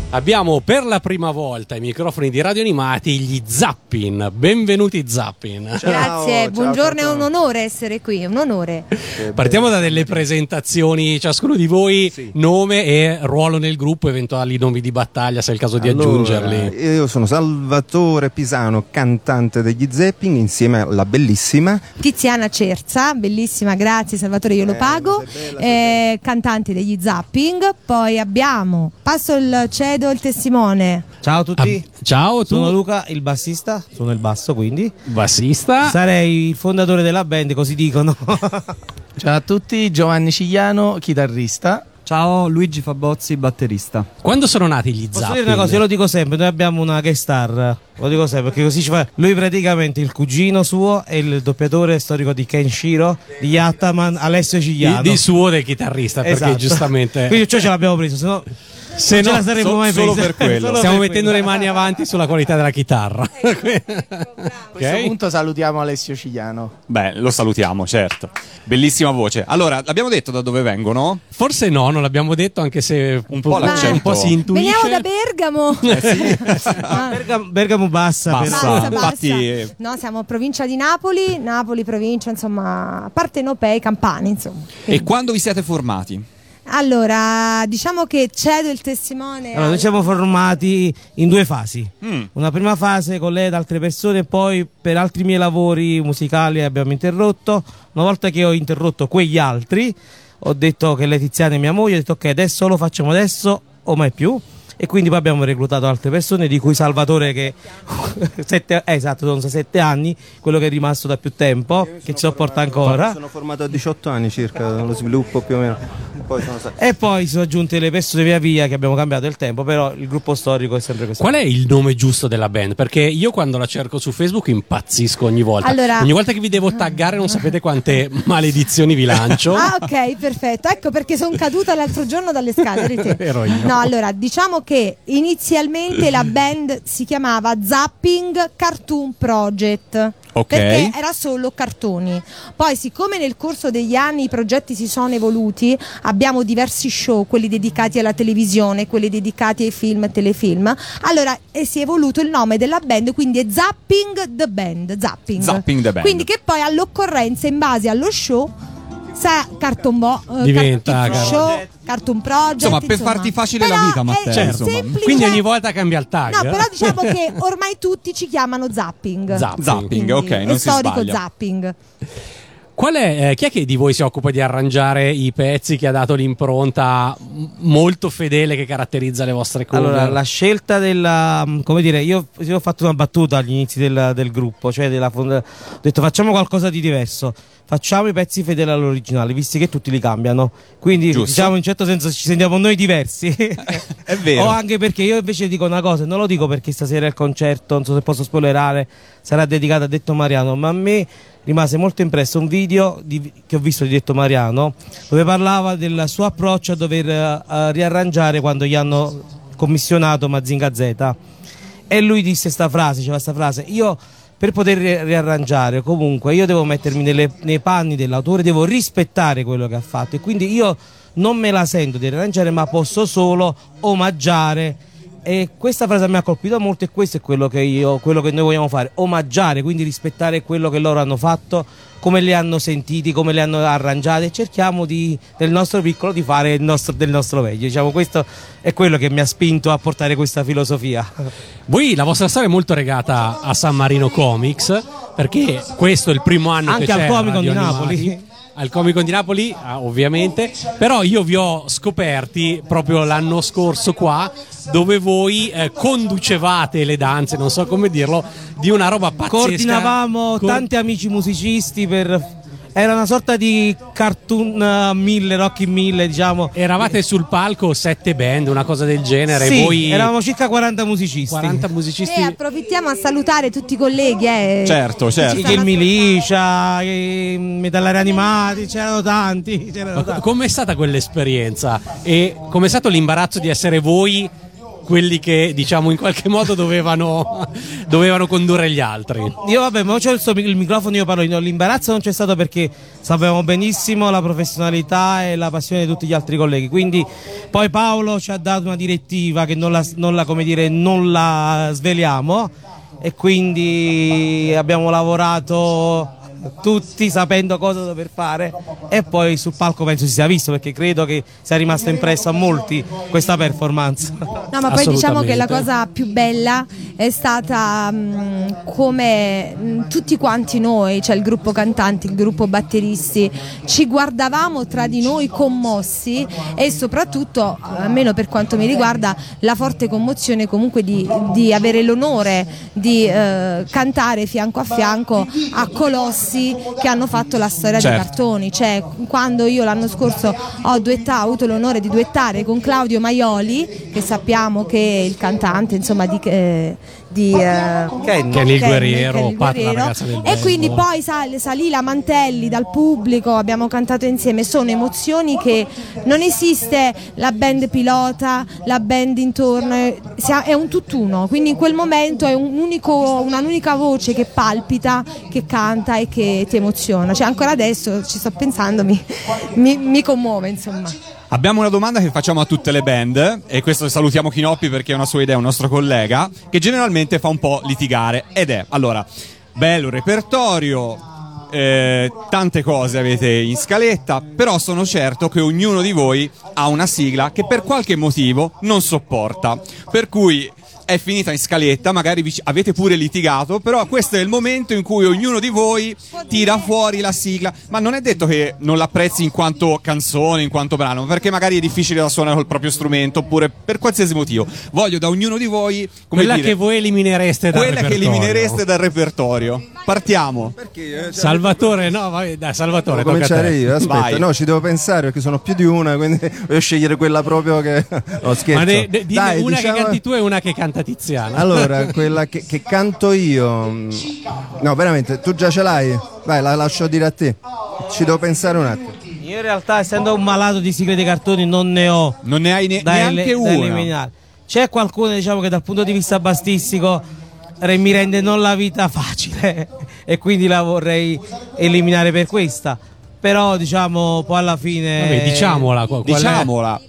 Abbiamo per la prima volta ai microfoni di Radio Animati gli Zappin. Benvenuti Zappin. Ciao, grazie, buongiorno, ciao. È un onore essere qui, è un onore. Partiamo da delle presentazioni, ciascuno di voi, sì. Nome e ruolo nel gruppo, eventuali nomi di battaglia se è il caso di aggiungerli. Io sono Salvatore Pisano, cantante degli Zappin, insieme alla bellissima Tiziana Cerza, bellissima, grazie Salvatore, io lo pago, cantante degli Zapping. Poi abbiamo, passo il testimone. Ciao a tutti. Ciao, tu? Sono Luca, il bassista, sono il basso, quindi bassista. Sarei il fondatore della band, così dicono. Ciao a tutti, Giovanni Cigliano, chitarrista. Ciao, Luigi Fabozzi, batterista. Quando sono nati gli Zapping? Posso dire una cosa, io lo dico sempre, noi abbiamo una guest star, lo dico sempre, perché così ci fa. Lui praticamente il cugino suo è il doppiatore storico di Kenshiro, di Yattaman, Alessio Cigliano. Di suo del chitarrista, perché esatto. Giustamente. Quindi ce l'abbiamo preso, se no la saremmo mai solo presa. Per quello. Stiamo mettendo le mani avanti sulla qualità della chitarra. A questo punto salutiamo Alessio Cigliano. Beh, lo salutiamo, certo. Bellissima voce. Allora, l'abbiamo detto da dove vengono? Forse no, non l'abbiamo detto, anche se un po' l'accento. Un po' si intuisce. Veniamo da Bergamo. Sì. Bergamo bassa. Infatti, no, siamo provincia di Napoli, provincia, insomma, partenopei, campani, insomma. E quando vi siete formati? Allora, diciamo che cedo il testimone. Allora, noi siamo formati in due fasi. Una prima fase con lei ed altre persone, poi per altri miei lavori musicali abbiamo interrotto. Una volta che ho interrotto quegli altri, ho detto che lei Tiziana è mia moglie, ho detto ok, adesso lo facciamo adesso o mai più. E quindi poi abbiamo reclutato altre persone, di cui Salvatore che sono 7 anni, quello che è rimasto da più tempo, che ci sopporta ancora. Sono formato a 18 anni circa, lo sviluppo più o meno. E poi sono aggiunte le persone via via che abbiamo cambiato il tempo, però il gruppo storico è sempre questo. Qual è il nome giusto della band? Perché io quando la cerco su Facebook impazzisco ogni volta. Allora, ogni volta che vi devo taggare non sapete quante maledizioni vi lancio. Ah, ok, perfetto. Ecco perché sono caduta l'altro giorno dalle scale. Ero io. No, allora, diciamo che inizialmente la band si chiamava Zapping Cartoon Project. Perché era solo cartoni. Poi, siccome nel corso degli anni i progetti si sono evoluti, abbiamo diversi show, quelli dedicati alla televisione, quelli dedicati ai film e telefilm. Allora si è evoluto il nome della band, quindi è Zapping the Band. Zapping the Band. Quindi che poi all'occorrenza, in base allo show, diventa show, Cartoon Project. Insomma, per farti facile la vita, Matteo. Certo. Quindi ogni volta cambia il tag. No, però diciamo che ormai tutti ci chiamano Zapping. Zapping, ok, non si storico sbaglia. Zapping. Qual è, chi è che di voi si occupa di arrangiare i pezzi, che ha dato l'impronta molto fedele che caratterizza le vostre cover? Allora, la scelta della, come dire, io ho fatto una battuta agli inizi del gruppo, cioè ho detto facciamo qualcosa di diverso, facciamo i pezzi fedeli all'originale, visti che tutti li cambiano, quindi diciamo in un certo senso ci sentiamo noi diversi. È vero. O anche perché io invece dico una cosa, non lo dico perché stasera il concerto, non so se posso spoilerare, sarà dedicato a Detto Mariano, ma a me rimase molto impresso un video che ho visto di Detto Mariano, dove parlava del suo approccio a dover riarrangiare quando gli hanno commissionato Mazinga Z, e lui disse questa frase, io per poter riarrangiare comunque io devo mettermi nei panni dell'autore, devo rispettare quello che ha fatto, e quindi io non me la sento di riarrangiare, ma posso solo omaggiare. E questa frase mi ha colpito molto, e questo è quello che noi vogliamo fare, omaggiare, quindi rispettare quello che loro hanno fatto, come li hanno sentiti, come li hanno arrangiati, e cerchiamo nel nostro piccolo di fare del nostro meglio. Diciamo, questo è quello che mi ha spinto a portare questa filosofia. Voi, la vostra storia è molto legata a San Marino Comics, perché questo è il primo anno anche che c'è al Comic-Con di Napoli. Al Comic-Con di Napoli, ovviamente, però io vi ho scoperti proprio l'anno scorso qua, dove voi conducevate le danze, non so come dirlo, di una roba pazzesca. Coordinavamo tanti amici musicisti era una sorta di cartoon 1000, Rocky 1000, diciamo. Eravate sul palco 7 band, una cosa del genere. Sì, voi eravamo circa 40 musicisti. 40 musicisti. Approfittiamo a salutare tutti i colleghi. Certo. Il Milicia, i Metallari Animati, c'erano tanti. Com'è stata quell'esperienza? E com'è stato l'imbarazzo di essere voi quelli che diciamo in qualche modo dovevano condurre gli altri. Io vabbè, ma c'ho il microfono, io parlo, l'imbarazzo non c'è stato perché sapevamo benissimo la professionalità e la passione di tutti gli altri colleghi, quindi poi Paolo ci ha dato una direttiva che non la sveliamo, e quindi abbiamo lavorato tutti sapendo cosa dover fare, e poi sul palco penso si sia visto, perché credo che sia rimasto impresso a molti questa performance. No, ma poi diciamo che la cosa più bella è stata come tutti quanti noi, cioè il gruppo cantanti, il gruppo batteristi, ci guardavamo tra di noi commossi, e soprattutto, almeno per quanto mi riguarda, la forte commozione comunque di avere l'onore di cantare fianco a fianco a colossi che hanno fatto la storia dei cartoni. Cioè, quando io l'anno scorso ho avuto l'onore di duettare con Claudio Maioli, che sappiamo che è il cantante, insomma, di Kenny il guerriero, Pat, la ragazza del e quindi poi salì la Mantelli dal pubblico, abbiamo cantato insieme. Sono emozioni che non esiste la band pilota, la band intorno, è un tutt'uno, quindi in quel momento è un'unica voce che palpita, che canta e che ti emoziona. Cioè, ancora adesso ci sto pensando, mi commuove, insomma. Abbiamo una domanda che facciamo a tutte le band, e questo salutiamo Chinoppi perché è una sua idea, un nostro collega, che generalmente fa un po' litigare, ed è: allora, bello repertorio, tante cose avete in scaletta, però sono certo che ognuno di voi ha una sigla che per qualche motivo non sopporta, per cui è finita in scaletta, magari avete pure litigato, però questo è il momento in cui ognuno di voi tira fuori la sigla, ma non è detto che non l'apprezzi in quanto canzone, in quanto brano, perché magari è difficile da suonare col proprio strumento, oppure per qualsiasi motivo. Voglio da ognuno di voi quella che voi eliminereste dal repertorio. Quella che eliminereste dal repertorio. Partiamo. Salvatore, no, vai, dai, Salvatore, devo cominciare io, aspetta. Vai. No, ci devo pensare perché sono più di una, quindi voglio scegliere quella proprio che... No, scherzo. Ma dai, una diciamo... che canti tu e una che canta Tiziana. Allora, quella che canto io, no, veramente, tu già ce l'hai? Vai, la lascio dire a te. Ci devo pensare un attimo. Io in realtà, essendo un malato di sigle dei cartoni, non ne ho. Non ne hai neanche una. Eliminare. C'è qualcuno, diciamo, che dal punto di vista bassistico mi rende non la vita facile e quindi la vorrei eliminare per questa. Però, diciamo, poi alla fine... Vabbè, diciamola. Diciamola.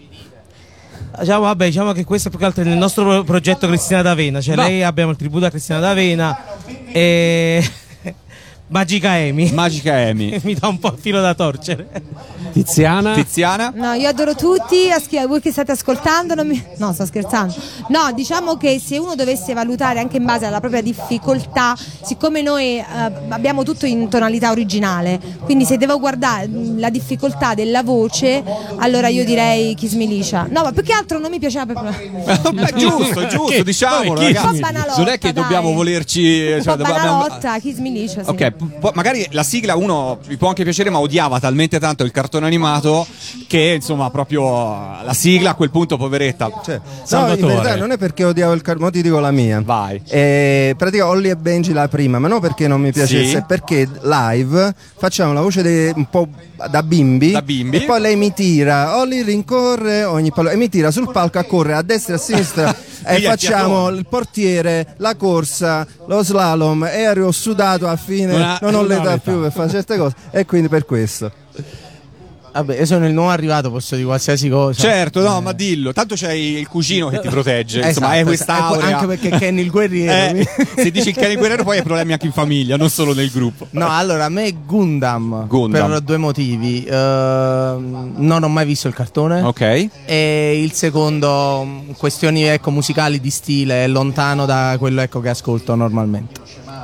Diciamo che questo è più che altro nel nostro progetto Cristina D'Avena, cioè lei abbiamo il tributo a Cristina D'Avena e Magica Amy mi dà un po' il filo da torcere. Tiziana? No, io adoro tutti, voi che state ascoltando no, sto scherzando. No, diciamo che se uno dovesse valutare anche in base alla propria difficoltà, siccome noi abbiamo tutto in tonalità originale, quindi se devo guardare la difficoltà della voce, allora io direi Kiss Me Liscia. No, ma più che altro non mi piaceva proprio. giusto, diciamolo, ragazzi. Un po' banalotta, non è che dobbiamo volerci... Un po' banalotta, Kiss Me Liscia, sì. Ok, magari la sigla uno vi può anche piacere, ma odiava talmente tanto il cartone animato che insomma proprio la sigla a quel punto, poveretta. Cioè, no, in verità non è perché odiavo il cartone, ti dico la mia. Vai. Praticamente Holly e Benji la prima, ma non perché non mi piacesse, sì. Perché live facciamo la voce un po' da bimbi, e poi lei mi tira, Holly rincorre ogni pallone e mi tira sul palco a correre a destra e a sinistra e facciamo il portiere, la corsa, lo slalom, e arrivo sudato a fine, non ho l'età più per fare certe cose, e quindi per questo. Vabbè, io sono il nuovo arrivato, posso dire qualsiasi cosa. Certo, no, ma dillo. Tanto c'hai il cugino che ti protegge. Insomma, esatto, è quest'aurea. Anche perché Kenny il guerriero. Se dici il Kenny il guerriero, poi hai problemi anche in famiglia, non solo nel gruppo. No, allora, a me Gundam. Per due motivi. Non ho mai visto il cartone. Ok. E il secondo, questioni musicali di stile, è lontano da quello che ascolto normalmente.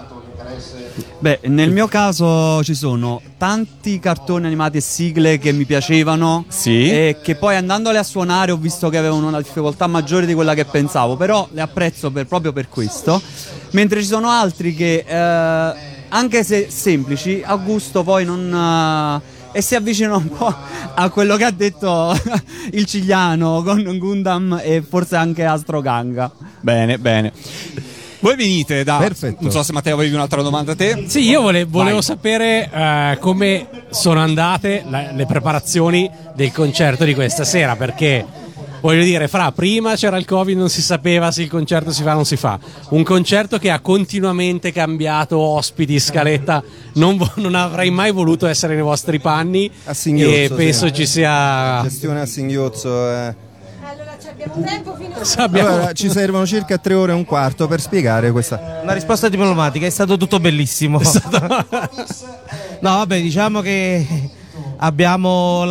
Beh, nel mio caso ci sono tanti cartoni animati e sigle che mi piacevano, sì, e che poi andandole a suonare ho visto che avevano una difficoltà maggiore di quella che pensavo, però le apprezzo proprio per questo, mentre ci sono altri che anche se semplici a gusto poi non... e si avvicinano un po' a quello che ha detto il Cigliano con Gundam e forse anche Astro Ganga. Bene. Voi venite da... Perfetto. Non so se Matteo avevi un'altra domanda a te. Sì, io volevo sapere come sono andate le preparazioni del concerto di questa sera, perché voglio dire, prima c'era il Covid, non si sapeva se il concerto si fa o non si fa. Un concerto che ha continuamente cambiato ospiti, scaletta. Non avrei mai voluto essere nei vostri panni. A singhiozzo, e penso ci sia gestione a singhiozzo. Allora abbiamo tempo fino a... Allora, ci servono circa 3 ore e un quarto per spiegare questa. Una risposta diplomatica, è stato tutto bellissimo. No, vabbè, diciamo che abbiamo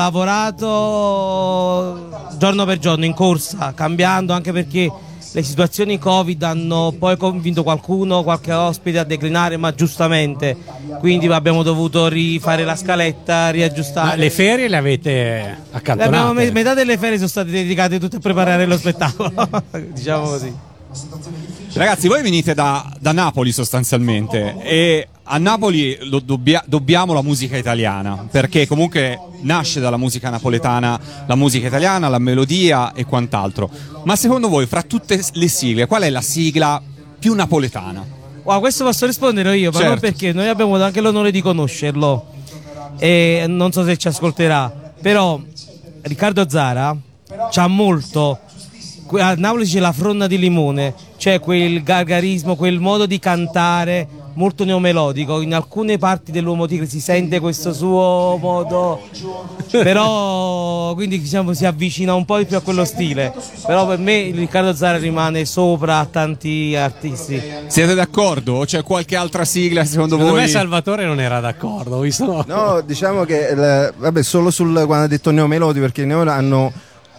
lavorato giorno per giorno in corsa, cambiando, anche perché le situazioni Covid hanno poi convinto qualche ospite a declinare, ma giustamente, quindi abbiamo dovuto rifare la scaletta, riaggiustare. Ma le ferie le avete accantonate? Metà delle ferie sono state dedicate tutte a preparare lo spettacolo, diciamo così. Ragazzi, voi venite da Napoli sostanzialmente, e a Napoli dobbiamo la musica italiana, perché comunque nasce dalla musica napoletana la musica italiana, la melodia e quant'altro. Ma secondo voi, fra tutte le sigle, qual è la sigla più napoletana? Wow, questo posso rispondere io, ma non perché noi abbiamo anche l'onore di conoscerlo e non so se ci ascolterà, però Riccardo Zara c'ha molto. A Napoli c'è la fronna di limone, c'è quel gargarismo, quel modo di cantare molto neomelodico. In alcune parti dell'Uomo Tigre si sente questo suo modo, però quindi diciamo si avvicina un po' di più a quello stile. Però per me Riccardo Zara rimane sopra a tanti artisti. Siete d'accordo? O c'è qualche altra sigla secondo voi? Secondo me Salvatore non era d'accordo, visto? No, diciamo che solo quando ha detto neomelodico, perché i neo hanno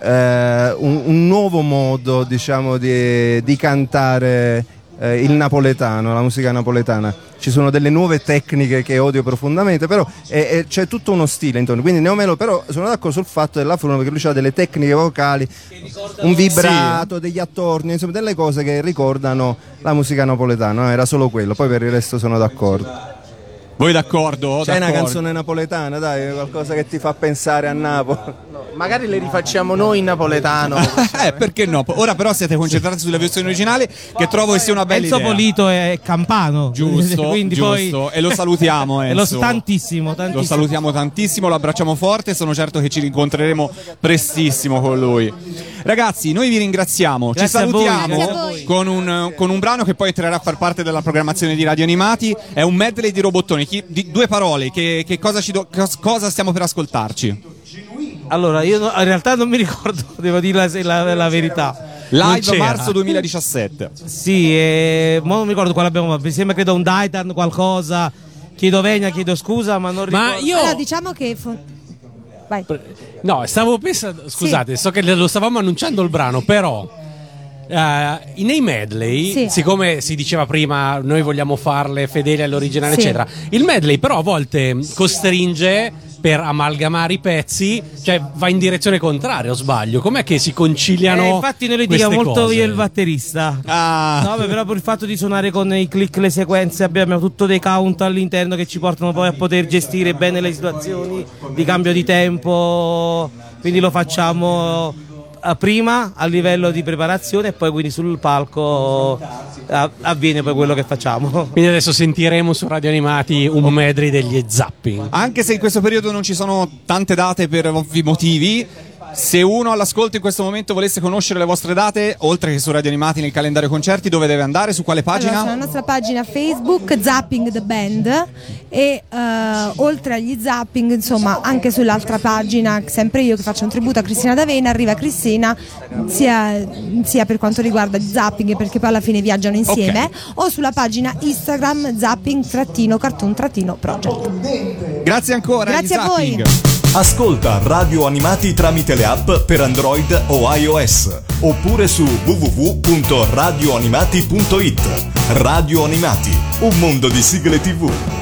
un nuovo modo, diciamo, di cantare il napoletano, la musica napoletana. Ci sono delle nuove tecniche che odio profondamente, però c'è tutto uno stile intorno. Quindi neomelo, però sono d'accordo sul fatto della fruna, perché lui ha delle tecniche vocali, un vibrato, degli attorni, insomma delle cose che ricordano la musica napoletana. Era solo quello, poi per il resto sono d'accordo. Voi d'accordo? C'è una canzone napoletana, dai, qualcosa che ti fa pensare a Napoli? No, magari le rifacciamo noi in napoletano. Perché no? Ora però siete concentrati sulla versione originale, che trovo che sia una bella Enzo idea. Polito è campano. Giusto, quindi giusto. E lo salutiamo, Enzo. Tantissimo. Lo salutiamo tantissimo, lo abbracciamo forte, sono certo che ci rincontreremo prestissimo con lui. Ragazzi, noi vi ringraziamo, Grazie ci salutiamo a voi. con un brano che poi entrerà a far parte della programmazione di Radio Animati. È un medley di robottoni. Di 2 parole, che cosa stiamo per ascoltarci? Allora, io in realtà non mi ricordo, devo dire la verità. Live marzo 2017. Sì, non mi ricordo quale abbiamo, mi sembra credo un Daitan qualcosa. Chiedo venia, chiedo scusa, ma non ricordo. Ma io Allora, diciamo che vai. No, stavo pensando, scusate, so che lo stavamo annunciando il brano, però nei medley, siccome si diceva prima noi vogliamo farle fedeli all'originale, eccetera, il medley però a volte costringe per amalgamare i pezzi, cioè va in direzione contraria, o sbaglio? Com'è che si conciliano? Infatti noi litighiamo molto cose? io e il batterista. No, però per il fatto di suonare con i click, le sequenze, abbiamo tutto dei count all'interno che ci portano poi a poter gestire bene le situazioni di cambio di tempo, quindi lo facciamo prima a livello di preparazione e poi quindi sul palco avviene poi quello che facciamo. Quindi adesso sentiremo su Radio Animati un medley degli Zapping. Anche se in questo periodo non ci sono tante date per ovvi motivi, se uno all'ascolto in questo momento volesse conoscere le vostre date, oltre che su Radio Animati nel calendario concerti, dove deve andare? Su quale pagina? Allora, sulla nostra pagina Facebook Zapping the Band, e oltre agli Zapping, insomma, anche sull'altra pagina, sempre io che faccio un tributo a Cristina D'Avena, arriva Cristina, sia per quanto riguarda gli Zapping, perché poi alla fine viaggiano insieme, o sulla pagina Instagram Zapping_cartoon_project. Grazie ancora. Grazie a voi. Ascolta Radio Animati tramite le app per Android o iOS, oppure su www.radioanimati.it. Radio Animati, un mondo di sigle TV.